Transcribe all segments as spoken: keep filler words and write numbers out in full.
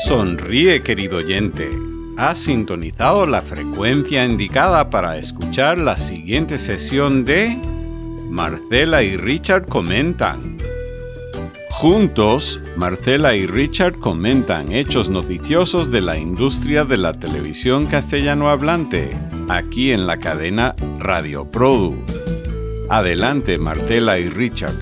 Sonríe, querido oyente. Has sintonizado la frecuencia indicada para escuchar la siguiente sesión de Marcela y Richard comentan. Juntos, Marcela y Richard comentan hechos noticiosos de la industria de la televisión castellano hablante, aquí en la cadena Radio Produ. Adelante, Marcela y Richard.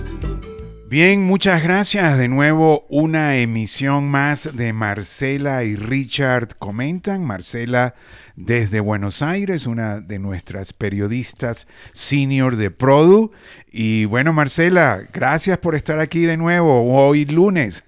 Bien, muchas gracias. De nuevo, una emisión más de Marcela y Richard comentan. Marcela desde Buenos Aires, una de nuestras periodistas senior de Produ. Y bueno, Marcela, gracias por estar aquí de nuevo, hoy lunes.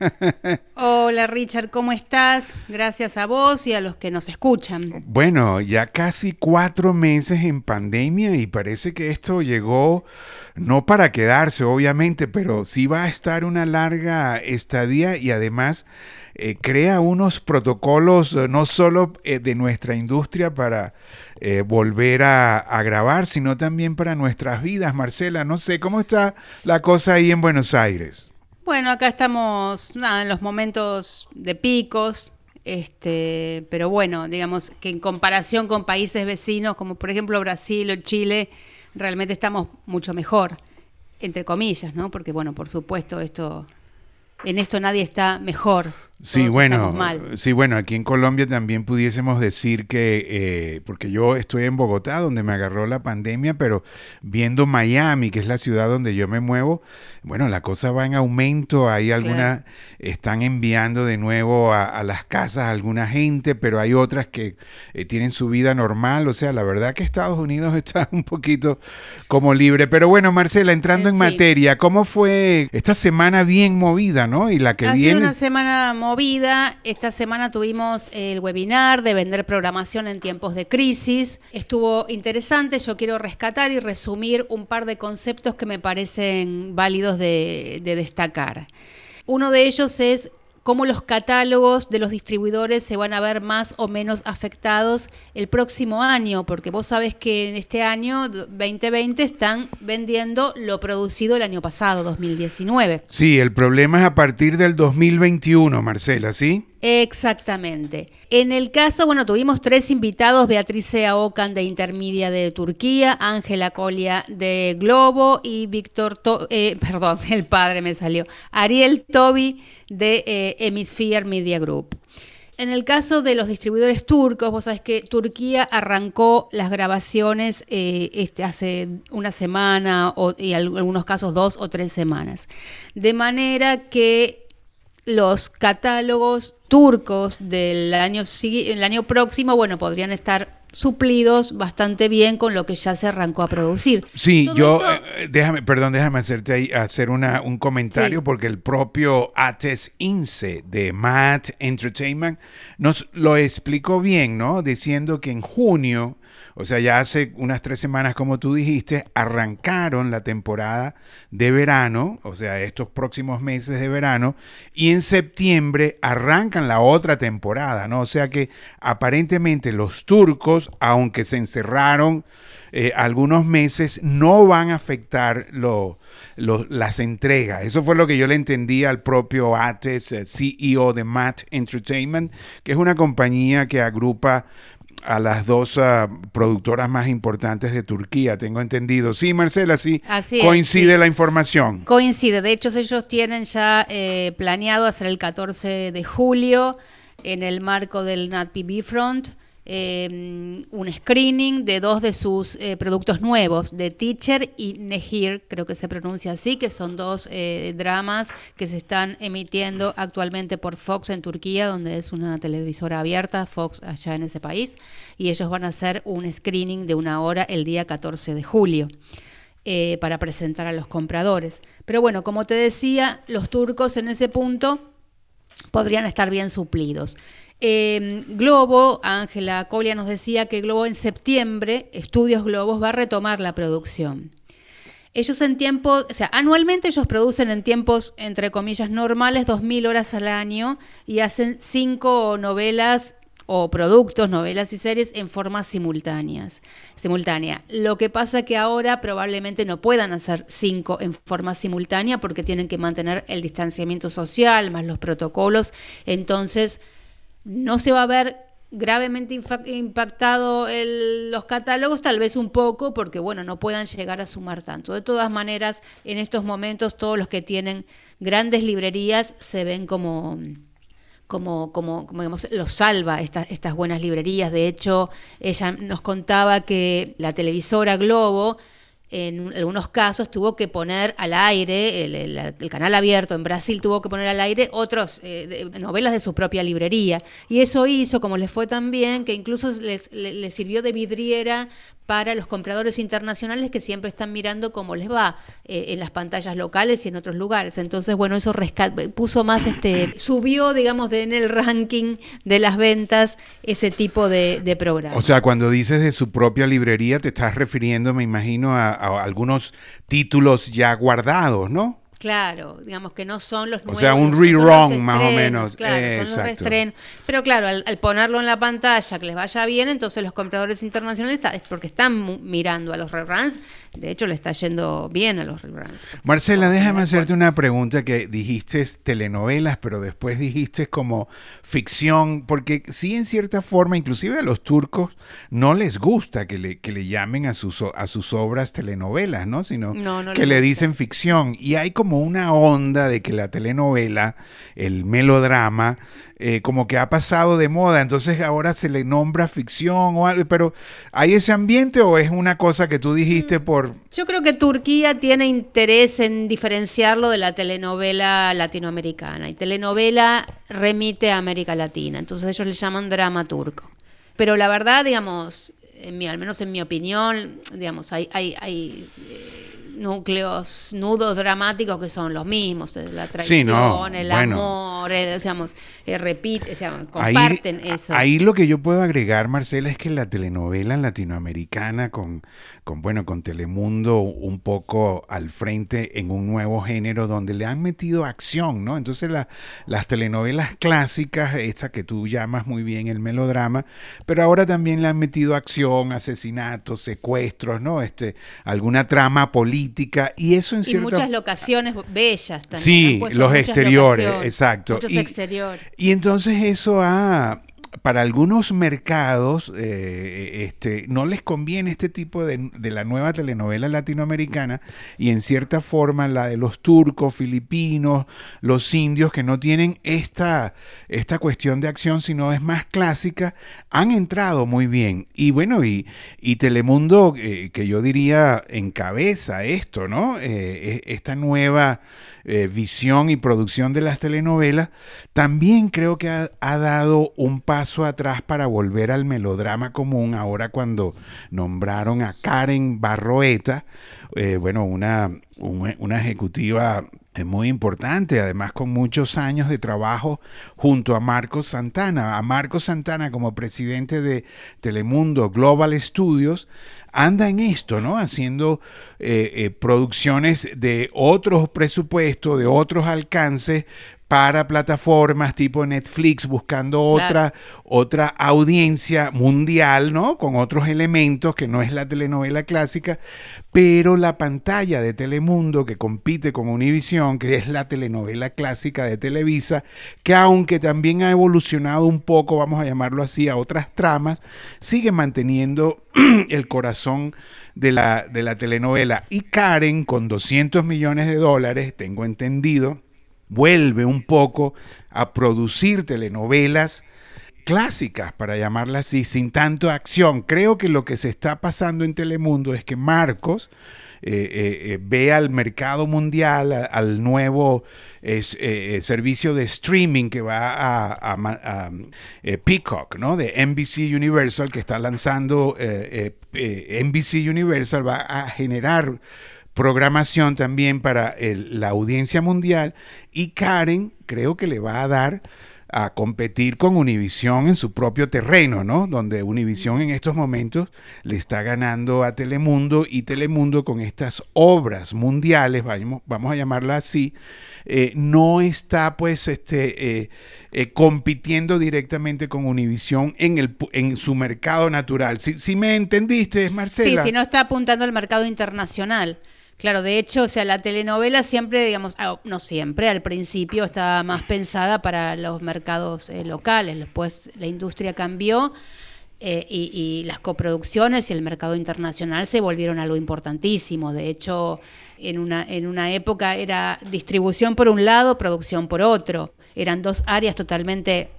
Hola Richard, ¿cómo estás? Gracias a vos y a los que nos escuchan. Bueno, ya casi cuatro meses en pandemia y parece que esto llegó no para quedarse, obviamente, pero sí va a estar una larga estadía y además eh, crea unos protocolos eh, no solo eh, de nuestra industria para eh, volver a, a grabar, sino también para nuestras vidas. Marcela, no sé, ¿cómo está la cosa ahí en Buenos Aires? Bueno, acá estamos nada, en los momentos de picos, este, pero bueno, digamos que en comparación con países vecinos, como por ejemplo Brasil o Chile, realmente estamos mucho mejor, entre comillas, ¿no? Porque bueno, por supuesto, esto, en esto nadie está mejor. Sí, Todos bueno, mal. sí, bueno, aquí en Colombia también pudiésemos decir que, eh, porque yo estoy en Bogotá, donde me agarró la pandemia, pero viendo Miami, que es la ciudad donde yo me muevo, bueno, la cosa va en aumento, hay algunas, claro. Están enviando de nuevo a, a las casas a alguna gente, pero hay otras que eh, tienen su vida normal, o sea, la verdad que Estados Unidos está un poquito como libre, pero bueno, Marcela, entrando en sí. materia, ¿cómo fue esta semana bien movida, no? Y la que ha viene... Ha sido una semana movida. Movida. Esta semana tuvimos el webinar de vender programación en tiempos de crisis. Estuvo interesante. Yo quiero rescatar y resumir un par de conceptos que me parecen válidos de, de destacar. Uno de ellos es cómo los catálogos de los distribuidores se van a ver más o menos afectados el próximo año, porque vos sabés que en este año veinte veinte están vendiendo lo producido el año pasado, dos mil diecinueve. Sí, el problema es a partir del dos mil veintiuno, Marcela, ¿sí? Exactamente. En el caso, bueno, tuvimos tres invitados, Beatriz Okan de Intermedia de Turquía, Ángela Colia de Globo y Víctor, to- eh, perdón, el padre me salió, Ariel Tobi de eh, Hemisphere Media Group. En el caso de los distribuidores turcos, vos sabés que Turquía arrancó las grabaciones eh, este, hace una semana o, y en algunos casos dos o tres semanas. De manera que los catálogos turcos del año, el año próximo, bueno, podrían estar suplidos bastante bien con lo que ya se arrancó a producir. Sí, Todo yo, esto... eh, déjame, perdón, déjame hacerte ahí, hacer una, un comentario, sí. Porque el propio Ates Ince de Matt Entertainment nos lo explicó bien, ¿no? Diciendo que en junio, o sea, ya hace unas tres semanas, como tú dijiste, arrancaron la temporada de verano, o sea, estos próximos meses de verano, y en septiembre arrancan la otra temporada, ¿no? O sea que aparentemente los turcos, aunque se encerraron eh, algunos meses, no van a afectar lo, lo, las entregas. Eso fue lo que yo le entendí al propio Ates, eh, C E O de Matt Entertainment, que es una compañía que agrupa a las dos uh, productoras más importantes de Turquía, tengo entendido. Sí, Marcela, sí, Así coincide es, sí. la información. Coincide, de hecho ellos tienen ya eh, planeado hacer el catorce de julio en el marco del N A T P Bifront eh, un screening de dos de sus eh, productos nuevos, de Teacher y Nehir, creo que se pronuncia así, que son dos eh, dramas que se están emitiendo actualmente por Fox en Turquía, donde es una televisora abierta, Fox allá en ese país, y ellos van a hacer un screening de una hora el día catorce de julio. Eh, para presentar a los compradores. Pero bueno, como te decía, los turcos en ese punto podrían estar bien suplidos. Eh, Globo, Ángela Colia nos decía que Globo en septiembre, Estudios Globos, va a retomar la producción. Ellos en tiempo, o sea, anualmente ellos producen en tiempos, entre comillas, normales, dos mil horas al año y hacen cinco novelas o productos, novelas y series en formas simultáneas, simultánea. Lo que pasa que ahora probablemente no puedan hacer cinco en forma simultánea porque tienen que mantener el distanciamiento social más los protocolos. Entonces no se va a ver gravemente infa- impactado el, los catálogos, tal vez un poco, porque bueno, no puedan llegar a sumar tanto. De todas maneras, en estos momentos todos los que tienen grandes librerías se ven como... como, como, como digamos, los salva esta, estas buenas librerías. De hecho, ella nos contaba que la televisora Globo, en algunos casos, tuvo que poner al aire, el, el, el canal abierto en Brasil tuvo que poner al aire otras eh, de, novelas de su propia librería. Y eso hizo, como les fue tan bien, que incluso les, les, les sirvió de vidriera para los compradores internacionales que siempre están mirando cómo les va eh, en las pantallas locales y en otros lugares. Entonces, bueno, eso rescat- puso más, este, subió, digamos, de, en el ranking de las ventas ese tipo de, de programas. O sea, cuando dices de su propia librería, te estás refiriendo, me imagino, a, a algunos títulos ya guardados, ¿no? Claro, digamos que no son los nuevos. O sea, un rerun más o menos. Claro, eh, son exacto. los reestrenos. Pero claro, al, al ponerlo en la pantalla, que les vaya bien, entonces los compradores internacionales, es porque están mirando a los reruns, de hecho le está yendo bien a los reruns. Marcela, déjame hacerte una pregunta que dijiste telenovelas, pero después dijiste como ficción, porque sí en cierta forma, inclusive a los turcos no les gusta que le, que le llamen a sus, a sus obras telenovelas, ¿no? Sino no, no que le gusta. dicen ficción. Y hay como una onda de que la telenovela, el melodrama, eh, como que ha pasado de moda, entonces ahora se le nombra ficción o algo, pero ¿hay ese ambiente o es una cosa que tú dijiste por...? Yo creo que Turquía tiene interés en diferenciarlo de la telenovela latinoamericana, y telenovela remite a América Latina, entonces ellos le llaman drama turco. Pero la verdad, digamos, en mi, al menos en mi opinión, digamos, hay... hay, hay eh, núcleos, nudos dramáticos que son los mismos, la traición, sí, no, el bueno. amor, el, digamos, el repite, digamos, comparten ahí, eso. Ahí lo que yo puedo agregar, Marcela, es que la telenovela latinoamericana con, con, bueno, con Telemundo un poco al frente en un nuevo género donde le han metido acción, ¿no? Entonces la, las telenovelas clásicas, esa que tú llamas muy bien el melodrama, pero ahora también le han metido acción, asesinatos, secuestros, ¿no? Este, alguna trama política. Y eso en y cierta... muchas locaciones bellas también. Sí, los exteriores, locaciones, exacto. Muchos y, exteriores. Y entonces eso ha... Para algunos mercados eh, este, no les conviene este tipo de, de la nueva telenovela latinoamericana y en cierta forma la de los turcos, filipinos, los indios que no tienen esta, esta cuestión de acción sino es más clásica, han entrado muy bien. Y bueno, y, y Telemundo, eh, que yo diría encabeza esto, ¿no? Eh, esta nueva eh, visión y producción de las telenovelas, también creo que ha, ha dado un paso paso atrás para volver al melodrama común, ahora cuando nombraron a Karen Barroeta, eh, bueno, una, una, una ejecutiva muy importante, además con muchos años de trabajo junto a Marcos Santana. A Marcos Santana como presidente de Telemundo Global Studios, anda en esto, ¿no? Haciendo eh, eh, producciones de otros presupuestos, de otros alcances, para plataformas tipo Netflix, buscando otra, claro. otra audiencia mundial, ¿no? Con otros elementos que no es la telenovela clásica, pero la pantalla de Telemundo que compite con Univisión, que es la telenovela clásica de Televisa, que aunque también ha evolucionado un poco, vamos a llamarlo así, a otras tramas, sigue manteniendo el corazón de la, de la telenovela. Y Karen, con doscientos millones de dólares, tengo entendido, vuelve un poco a producir telenovelas clásicas, para llamarlas así, sin tanto acción. Creo que lo que se está pasando en Telemundo es que Marcos eh, eh, ve al mercado mundial, a, al nuevo eh, eh, servicio de streaming que va a, a, a, a eh, Peacock, ¿no? De N B C Universal, que está lanzando eh, eh, eh, N B C Universal, va a generar programación también para el, la audiencia mundial, y Karen creo que le va a dar a competir con Univisión en su propio terreno, ¿no? Donde Univisión en estos momentos le está ganando a Telemundo, y Telemundo con estas obras mundiales, vamos, vamos a llamarla así, eh, no está pues este eh, eh, compitiendo directamente con Univisión en, el, en su mercado natural. ¿Sí, sí me entendiste, Marcela? Sí, si no está apuntando al mercado internacional. Claro, de hecho, o sea, la telenovela siempre, digamos, no siempre, al principio estaba más pensada para los mercados eh, locales, después la industria cambió eh, y, y las coproducciones y el mercado internacional se volvieron algo importantísimo. De hecho, en una, en una época era distribución por un lado, producción por otro. Eran dos áreas totalmente,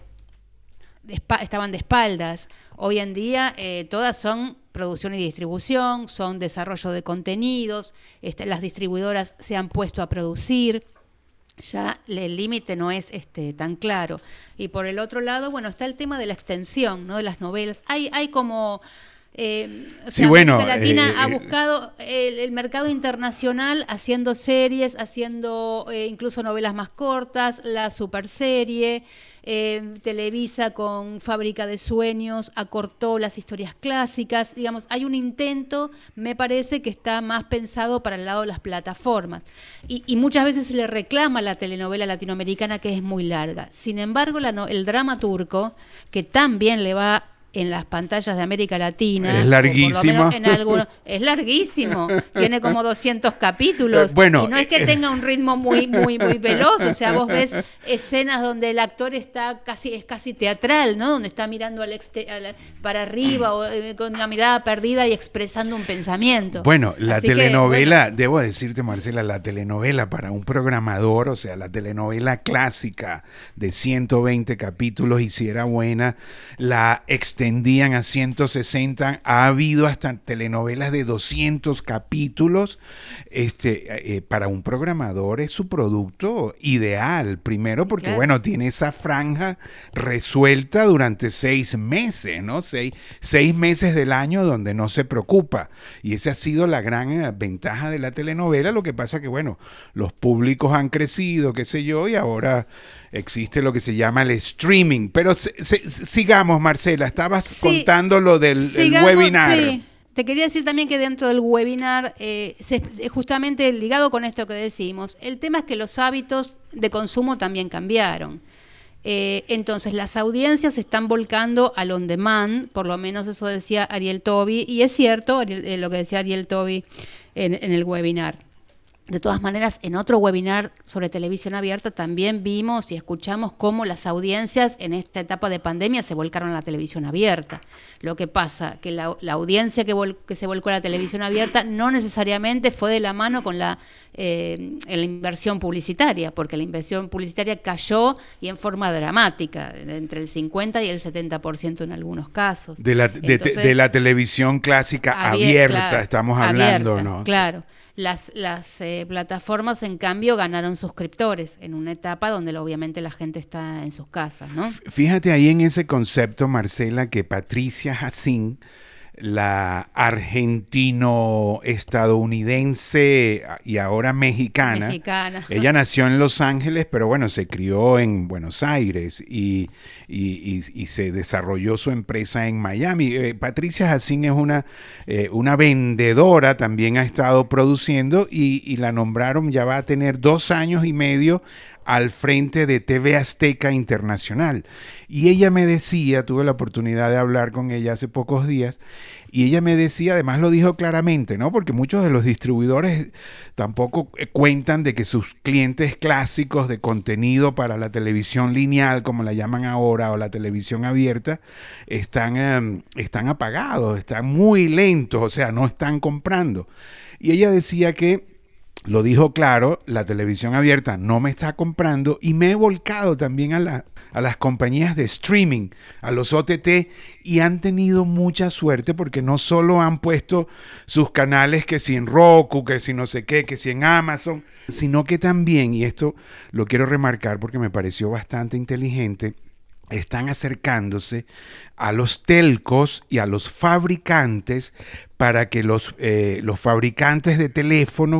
de espa- estaban de espaldas. Hoy en día eh, todas son producción y distribución, son desarrollo de contenidos, este, las distribuidoras se han puesto a producir, ya el límite no es este, tan claro. Y por el otro lado, bueno, está el tema de la extensión, ¿no? De las novelas. Hay, hay como... Eh, o Sí, sea, bueno, América Latina eh, ha buscado el, el mercado internacional haciendo series, haciendo eh, incluso novelas más cortas, la superserie, eh, Televisa con Fábrica de Sueños acortó las historias clásicas, digamos, hay un intento, me parece que está más pensado para el lado de las plataformas y, y muchas veces se le reclama a la telenovela latinoamericana que es muy larga. Sin embargo, la no, el drama turco, que también le va en las pantallas de América Latina, es larguísimo. En algunos, es larguísimo, tiene como doscientos capítulos, bueno, y no es que eh, tenga un ritmo muy muy muy veloz, o sea, vos ves escenas donde el actor está casi es casi teatral, ¿no? Donde está mirando al exte- a la, para arriba o eh, con la mirada perdida y expresando un pensamiento. Bueno, la Así telenovela, que, bueno, debo decirte, Marcela, la telenovela para un programador, o sea, la telenovela clásica de ciento veinte capítulos, y si era buena, la extendían a ciento sesenta. Ha habido hasta telenovelas de doscientos capítulos. Este, eh, para un programador es su producto ideal. Primero porque, claro. bueno, tiene esa franja resuelta durante seis meses, ¿no? Seis, seis meses del año donde no se preocupa. Y esa ha sido la gran eh, ventaja de la telenovela. Lo que pasa que, bueno, los públicos han crecido, qué sé yo, y ahora existe lo que se llama el streaming. Pero se, se, sigamos, Marcela, estabas Sí, contando lo del el sigamos, webinar. Sí. Te quería decir también que dentro del webinar, eh, se, justamente ligado con esto que decimos, el tema es que los hábitos de consumo también cambiaron. Eh, entonces las audiencias se están volcando al on demand, por lo menos eso decía Ariel Toby, y es cierto Ariel, eh, lo que decía Ariel Toby en, en el webinar. De todas maneras, en otro webinar sobre televisión abierta también vimos y escuchamos cómo las audiencias en esta etapa de pandemia se volcaron a la televisión abierta. Lo que pasa que la, la audiencia que, vol, que se volcó a la televisión abierta no necesariamente fue de la mano con la, eh, la inversión publicitaria, porque la inversión publicitaria cayó y en forma dramática, entre el cincuenta y el setenta por ciento en algunos casos. De la, de, Entonces, de la televisión clásica abier, abierta, claro, estamos hablando, abierta, ¿no? Claro. Las, las eh, plataformas, en cambio, ganaron suscriptores en una etapa donde obviamente la gente está en sus casas, ¿no? Fíjate ahí en ese concepto, Marcela, que Patricia Jacín, la argentino-estadounidense y ahora mexicana, mexicana, ella nació en Los Ángeles, pero bueno, se crió en Buenos Aires y, y, y, y se desarrolló su empresa en Miami. Eh, Patricia Jacín es una, eh, una vendedora, también ha estado produciendo y, y la nombraron, ya va a tener dos años y medio al frente de T V Azteca Internacional. Y ella me decía, tuve la oportunidad de hablar con ella hace pocos días, y ella me decía, además lo dijo claramente, ¿no? Porque muchos de los distribuidores tampoco cuentan de que sus clientes clásicos de contenido para la televisión lineal, como la llaman ahora, o la televisión abierta, están, eh, están apagados, están muy lentos, o sea, no están comprando. Y ella decía que lo dijo claro, la televisión abierta no me está comprando y me he volcado también a, la, a las compañías de streaming, a los O T T, y han tenido mucha suerte porque no solo han puesto sus canales que si en Roku, que si no sé qué, que si en Amazon, sino que también, y esto lo quiero remarcar porque me pareció bastante inteligente, están acercándose a los telcos y a los fabricantes para que los, eh, los fabricantes de teléfono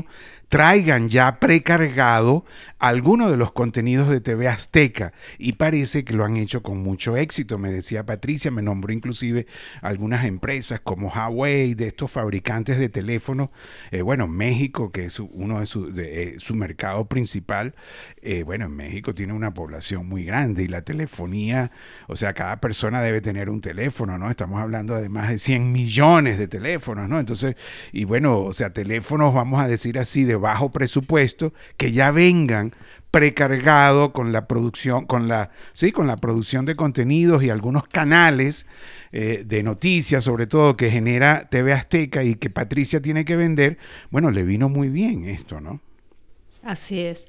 traigan ya precargado algunos de los contenidos de T V Azteca, y parece que lo han hecho con mucho éxito. Me decía Patricia, me nombró inclusive algunas empresas como Huawei, de estos fabricantes de teléfonos, eh, bueno, México, que es uno de su, de, eh, su mercado principal, eh, bueno, en México tiene una población muy grande y la telefonía, o sea, cada persona debe tener un teléfono, ¿no? Estamos hablando de más de cien millones de teléfonos, ¿no? Entonces, y bueno, o sea, teléfonos, vamos a decir así, de bajo presupuesto, que ya vengan precargado con la producción, con la, sí, con la producción de contenidos y algunos canales eh, de noticias, sobre todo, que genera T V Azteca y que Patricia tiene que vender. Bueno, le vino muy bien esto, ¿no? Así es.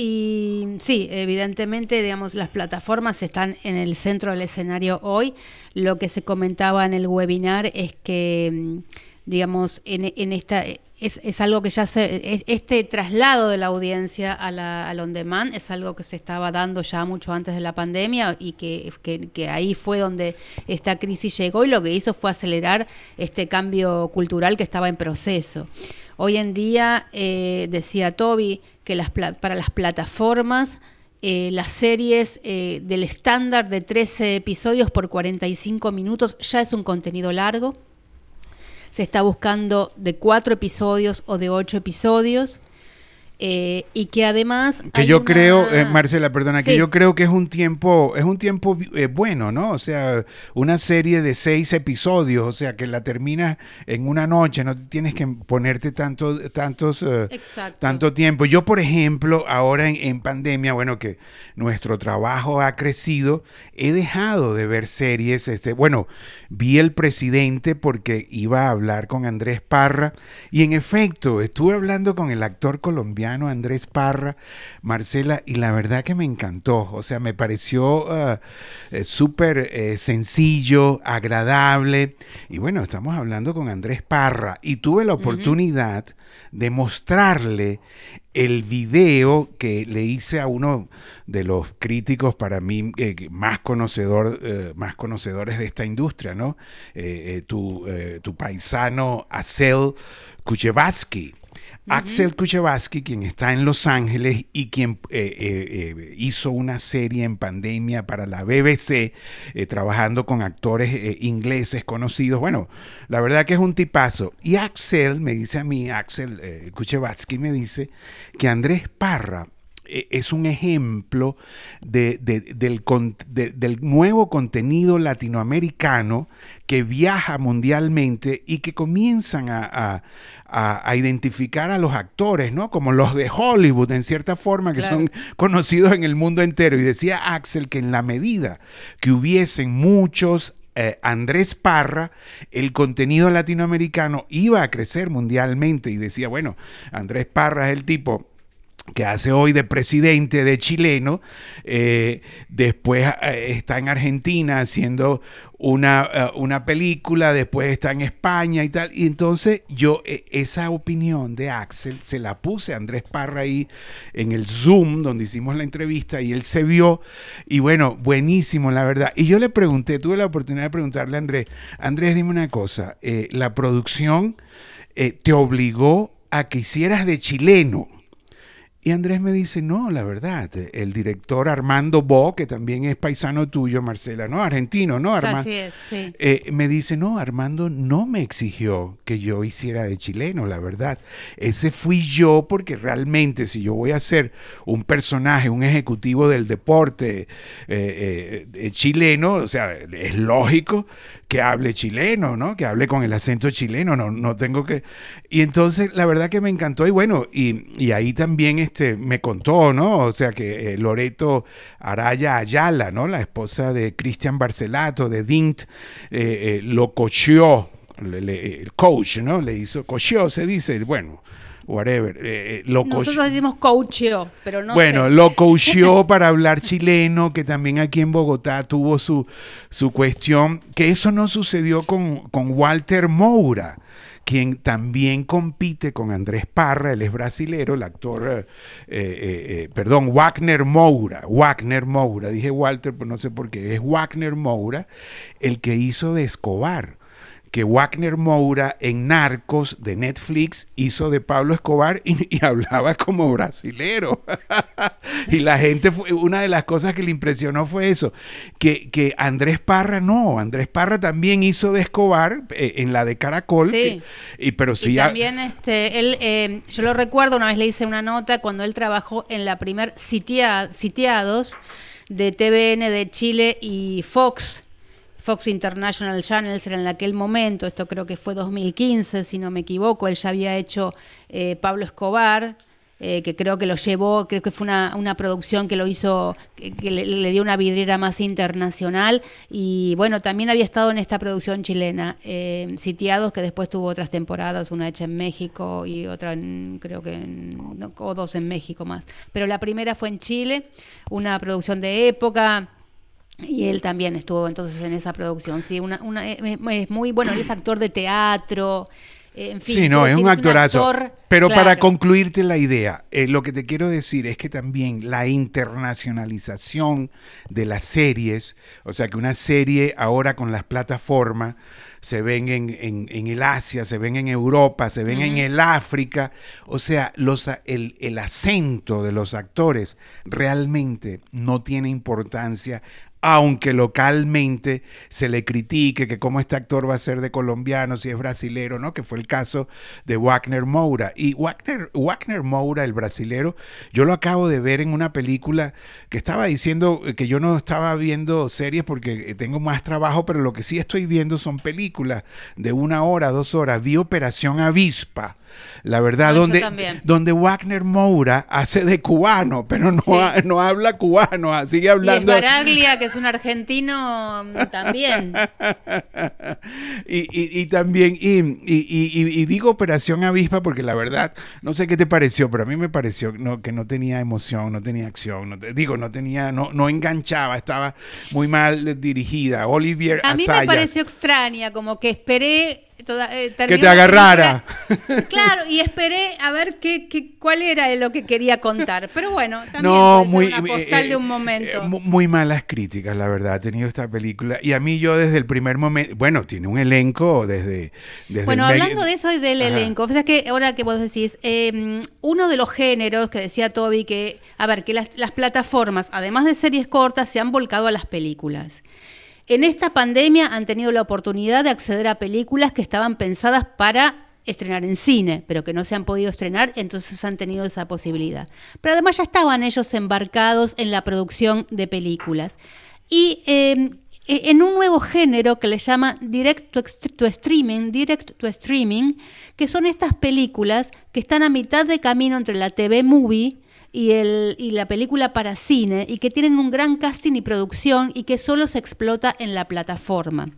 Y sí, evidentemente, digamos, las plataformas están en el centro del escenario hoy. Lo que se comentaba en el webinar es que, digamos, en, en esta... Es, es algo que ya se, es, este traslado de la audiencia a la, al on demand es algo que se estaba dando ya mucho antes de la pandemia y que, que, que ahí fue donde esta crisis llegó y lo que hizo fue acelerar este cambio cultural que estaba en proceso. Hoy en día, eh, decía Toby, que las, para las plataformas, eh, las series eh, del estándar de trece episodios por cuarenta y cinco minutos ya es un contenido largo. Se está buscando de cuatro episodios o de ocho episodios. Eh, y que además que hay yo una... creo, eh, Marcela, perdona, sí. que yo creo que es un tiempo, es un tiempo eh, bueno, ¿no? O sea, una serie de seis episodios, o sea, que la terminas en una noche, no tienes que ponerte tanto, tantos, eh, tanto tiempo. Yo, por ejemplo, ahora en, en pandemia, bueno, que nuestro trabajo ha crecido, he dejado de ver series, este, bueno, vi El Presidente porque iba a hablar con Andrés Parra, y en efecto, estuve hablando con el actor colombiano Andrés Parra, Marcela, y la verdad que me encantó. O sea, me pareció uh, eh, súper eh, sencillo, agradable. Y bueno, estamos hablando con Andrés Parra y tuve la oportunidad uh-huh. de mostrarle el video que le hice a uno de los críticos para mí eh, más conocedor, eh, más conocedores de esta industria, ¿no? Eh, eh, tu, eh, tu paisano Axel Kuchevaski. Uh-huh. Axel Kuchevaski, quien está en Los Ángeles y quien eh, eh, eh, hizo una serie en pandemia para la B B C, eh, trabajando con actores eh, ingleses conocidos. Bueno, la verdad que es un tipazo. Y Axel me dice a mí, Axel eh, Kuchevaski me dice que Andrés Parra es un ejemplo de, de, del, de, del nuevo contenido latinoamericano que viaja mundialmente y que comienzan a, a, a, a identificar a los actores, ¿no? Como los de Hollywood, en cierta forma, que claro. son conocidos en el mundo entero. Y decía Axel que en la medida que hubiesen muchos Eh, Andrés Parra, el contenido latinoamericano iba a crecer mundialmente. Y decía, bueno, Andrés Parra es el tipo que hace hoy de presidente de chileno, eh, después eh, está en Argentina haciendo una, uh, una película, después está en España y tal, y entonces yo eh, esa opinión de Axel se la puse a Andrés Parra ahí en el Zoom donde hicimos la entrevista y él se vio, y bueno, buenísimo la verdad. Y yo le pregunté, tuve la oportunidad de preguntarle a Andrés, Andrés, dime una cosa, eh, la producción eh, te obligó a que hicieras de chileno. Y Andrés me dice, no, la verdad, el director Armando Bo, que también es paisano tuyo, Marcela, ¿no? Argentino, ¿no? Armando, así es, sí. eh, me dice, no, Armando no me exigió que yo hiciera de chileno, la verdad. Ese fui yo porque realmente si yo voy a ser un personaje, un ejecutivo del deporte eh, eh, chileno, o sea, es lógico que hable chileno, ¿no? Que hable con el acento chileno, no, no tengo que... Y entonces, la verdad que me encantó y bueno, y, y ahí también este, me contó, ¿no? O sea, que eh, Loreto Araya Ayala, ¿no? La esposa de Cristian Barcelato, de Dint, eh, eh, lo cocheó, le, le, el coach, ¿no? Le hizo, cocheó, se dice, bueno... whatever. Eh, lo Nosotros decimos coacheo, pero no Bueno, sé. lo coacheó para hablar chileno, que también aquí en Bogotá tuvo su, su cuestión, que eso no sucedió con, con Walter Moura, quien también compite con Andrés Parra, él es brasilero, el actor, eh, eh, eh, perdón, Wagner Moura, Wagner Moura, dije Walter, pero no sé por qué, es Wagner Moura, el que hizo de Escobar, que Wagner Moura en Narcos de Netflix hizo de Pablo Escobar y, y hablaba como brasilero. Y la gente, fue, una de las cosas que le impresionó fue eso, que, que Andrés Parra no, Andrés Parra también hizo de Escobar eh, en la de Caracol. Sí. Que, y, pero sí, y también este, él, eh, yo lo recuerdo, una vez le hice una nota cuando él trabajó en la primer sitia, Sitiados de T V N de Chile y Fox. Fox International Channels era en aquel momento, esto creo que fue dos mil quince, si no me equivoco, él ya había hecho eh, Pablo Escobar, eh, que creo que lo llevó, creo que fue una, una producción que lo hizo, que, que le, le dio una vidriera más internacional, y bueno, también había estado en esta producción chilena, eh, Sitiados, que después tuvo otras temporadas, una hecha en México y otra en, creo que en, no, o dos en México más, pero la primera fue en Chile, una producción de época. Y él también estuvo entonces en esa producción, sí, una, una, es muy bueno, él es actor de teatro, eh, en fin. Sí, no, es decir, un es actorazo. Un actor, pero claro. Para concluirte la idea, eh, lo que te quiero decir es que también la internacionalización de las series, o sea que una serie ahora con las plataformas, se ven en, en, en el Asia, se ven en Europa, se ven uh-huh. en el África, o sea, los, el, el acento de los actores realmente no tiene importancia, aunque localmente se le critique que cómo este actor va a ser de colombiano, si es brasilero, ¿no? Que fue el caso de Wagner Moura. Y Wagner, Wagner Moura, el brasilero, yo lo acabo de ver en una película que estaba diciendo que yo no estaba viendo series porque tengo más trabajo, pero lo que sí estoy viendo son películas de una hora, dos horas. Vi Operación Avispa, la verdad, no, donde, donde Wagner Moura hace de cubano, pero no, sí. ha, no habla cubano, sigue hablando. Y es Baraglia, que es un argentino también. y, y, y también, y, y, y, y digo Operación Avispa porque la verdad, no sé qué te pareció, pero a mí me pareció no, que no tenía emoción, no tenía acción, no te, digo, no tenía, no, no enganchaba, estaba muy mal dirigida. Olivier A mí Assayas. me pareció extraña, como que esperé Toda, eh, que te agarrara. Claro, y esperé a ver qué, qué, cuál era lo que quería contar. Pero bueno, también no, puede muy, ser una postal eh, de un momento. Eh, muy malas críticas, la verdad, ha tenido esta película. Y a mí yo desde el primer momento, bueno, tiene un elenco desde... desde bueno, el hablando de eso y del Ajá. elenco, o sea que ahora que vos decís, eh, uno de los géneros que decía Toby, que, a ver, que las, las plataformas, además de series cortas, se han volcado a las películas. En esta pandemia han tenido la oportunidad de acceder a películas que estaban pensadas para estrenar en cine, pero que no se han podido estrenar, entonces han tenido esa posibilidad. Pero además ya estaban ellos embarcados en la producción de películas. Y eh, en un nuevo género que le llama Direct to, to Streaming, Direct to Streaming, que son estas películas que están a mitad de camino entre la T V Movie Y, el, y la película para cine, y que tienen un gran casting y producción y que solo se explota en la plataforma.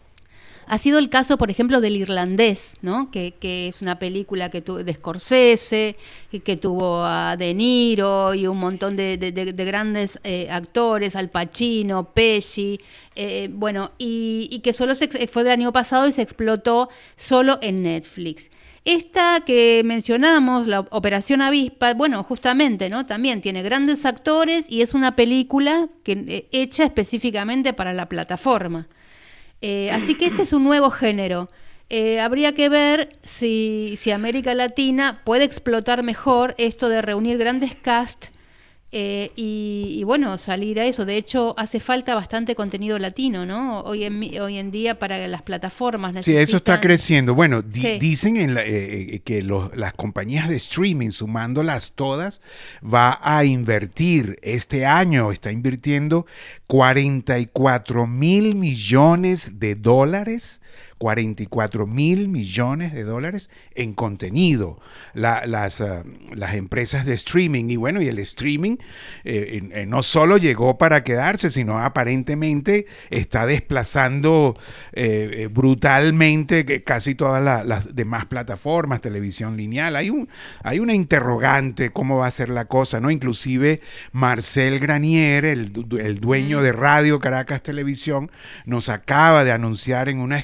Ha sido el caso, por ejemplo, del Irlandés, ¿no? que, que es una película que tu, de Scorsese, que tuvo a De Niro y un montón de, de, de, de grandes eh, actores, Al Pacino, Pesci, eh, bueno, y, y que solo se, fue del año pasado y se explotó solo en Netflix. Esta que mencionamos, la Operación Avispa, bueno, justamente, ¿no? También tiene grandes actores y es una película que, eh, hecha específicamente para la plataforma. Eh, así que este es un nuevo género. Eh, habría que ver si, si América Latina puede explotar mejor esto de reunir grandes cast eh, y, y bueno, salir a eso. De hecho, hace falta bastante contenido latino, ¿no? Hoy en, hoy en día para las plataformas necesitan... Sí, eso está creciendo. Bueno, di- Sí. dicen en la, eh, que los, las compañías de streaming, sumándolas todas, va a invertir este año, está invirtiendo cuarenta y cuatro mil millones de dólares cuarenta y cuatro mil millones de dólares en contenido, la, las, uh, las empresas de streaming. Y bueno, y el streaming eh, eh, no solo llegó para quedarse, sino aparentemente está desplazando eh, eh, brutalmente que casi todas la, las demás plataformas, televisión lineal. Hay, un, hay una interrogante cómo va a ser la cosa, ¿no? Inclusive Marcel Granier, el, el dueño de Radio Caracas Televisión, nos acaba de anunciar en una exclusiva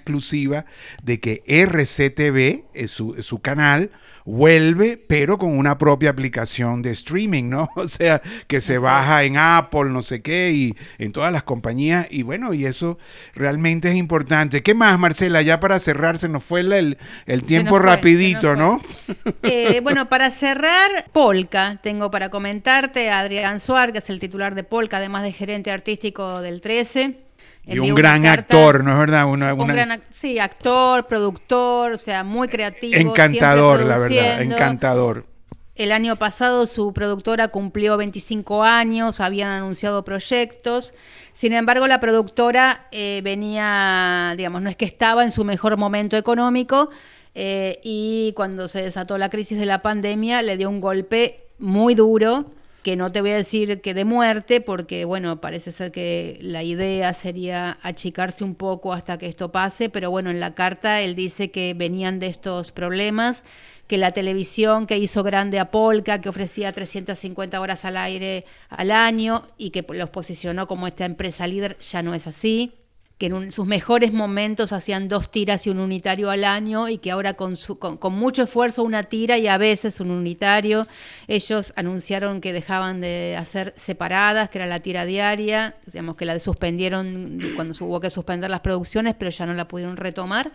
exclusiva de que R C T V, es su, es su canal, vuelve, pero con una propia aplicación de streaming, ¿no? O sea, que se baja en Apple, no sé qué, y en todas las compañías. Y bueno, y eso realmente es importante. ¿Qué más, Marcela? Ya para cerrar, se nos fue el, el, el tiempo fue, rapidito, ¿no? Eh, bueno, para cerrar, Polka, tengo para comentarte a Adrián Suar, que es el titular de Polka, además de gerente artístico del trece. Y un gran actor, ¿no es verdad? Una, un una... gran, sí, actor, productor, o sea, muy creativo. Encantador, la verdad, encantador. El año pasado su productora cumplió veinticinco años, habían anunciado proyectos. Sin embargo, la productora eh, venía, digamos, no es que estaba en su mejor momento económico eh, y cuando se desató la crisis de la pandemia le dio un golpe muy duro, que no te voy a decir que de muerte, porque bueno, parece ser que la idea sería achicarse un poco hasta que esto pase, pero bueno, en la carta él dice que venían de estos problemas, que la televisión que hizo grande a Polka, que ofrecía trescientas cincuenta horas al aire al año y que los posicionó como esta empresa líder, ya no es así, que en un, sus mejores momentos hacían dos tiras y un unitario al año y que ahora con, su, con, con mucho esfuerzo una tira y a veces un unitario. Ellos anunciaron que dejaban de hacer separadas, que era la tira diaria, digamos que la suspendieron cuando hubo que suspender las producciones, pero ya no la pudieron retomar.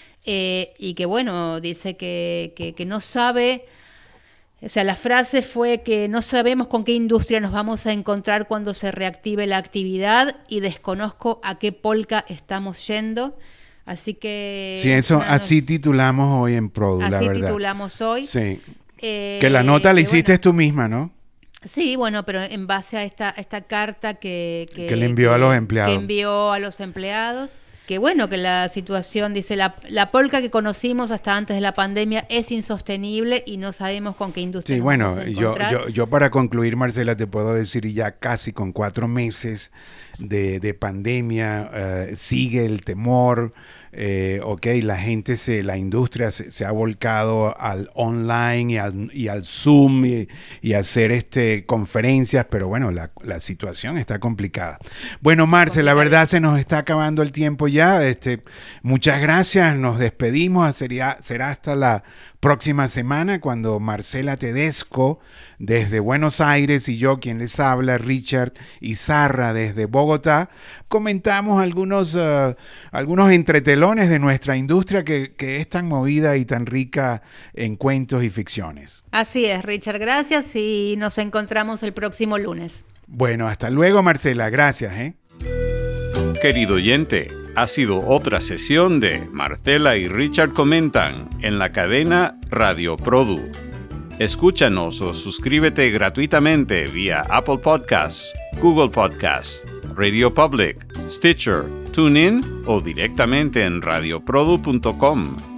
Eh, y que bueno, dice que, que, que no sabe... O sea, la frase fue que no sabemos con qué industria nos vamos a encontrar cuando se reactive la actividad y desconozco a qué Polka estamos yendo. Así que... Sí, eso no, así titulamos hoy en Produ, la verdad. Así titulamos hoy. Sí. Eh, que la nota la hiciste bueno, tú misma, ¿no? Sí, bueno, pero en base a esta, esta carta que, que, que le envió que, a los empleados. Que envió a los empleados. Que bueno, que la situación, dice, la, la Polka que conocimos hasta antes de la pandemia es insostenible y no sabemos con qué industria sí, nos bueno, vamos a yo, encontrar. yo, yo para concluir, Marcela, te puedo decir ya casi con cuatro meses de, de pandemia, uh, sigue el temor, eh, ok, la gente, se, la industria se, se ha volcado al online y al, y al Zoom y, y hacer este, conferencias, pero bueno, la, la situación está complicada. Bueno, Marce, la verdad se nos está acabando el tiempo ya. Este, muchas gracias, nos despedimos, sería, será hasta la próxima semana cuando Marcela Tedesco desde Buenos Aires y yo, quien les habla, Richard Izarra desde Bogotá, comentamos algunos, uh, algunos entretelones de nuestra industria que, que es tan movida y tan rica en cuentos y ficciones. Así es, Richard, gracias y nos encontramos el próximo lunes. Bueno, hasta luego, Marcela, gracias. ¿eh? Querido oyente, ha sido otra sesión de Marcela y Richard Comentan en la cadena Radio Produ. Escúchanos o suscríbete gratuitamente vía Apple Podcasts, Google Podcasts, Radio Public, Stitcher, TuneIn o directamente en radio produ punto com.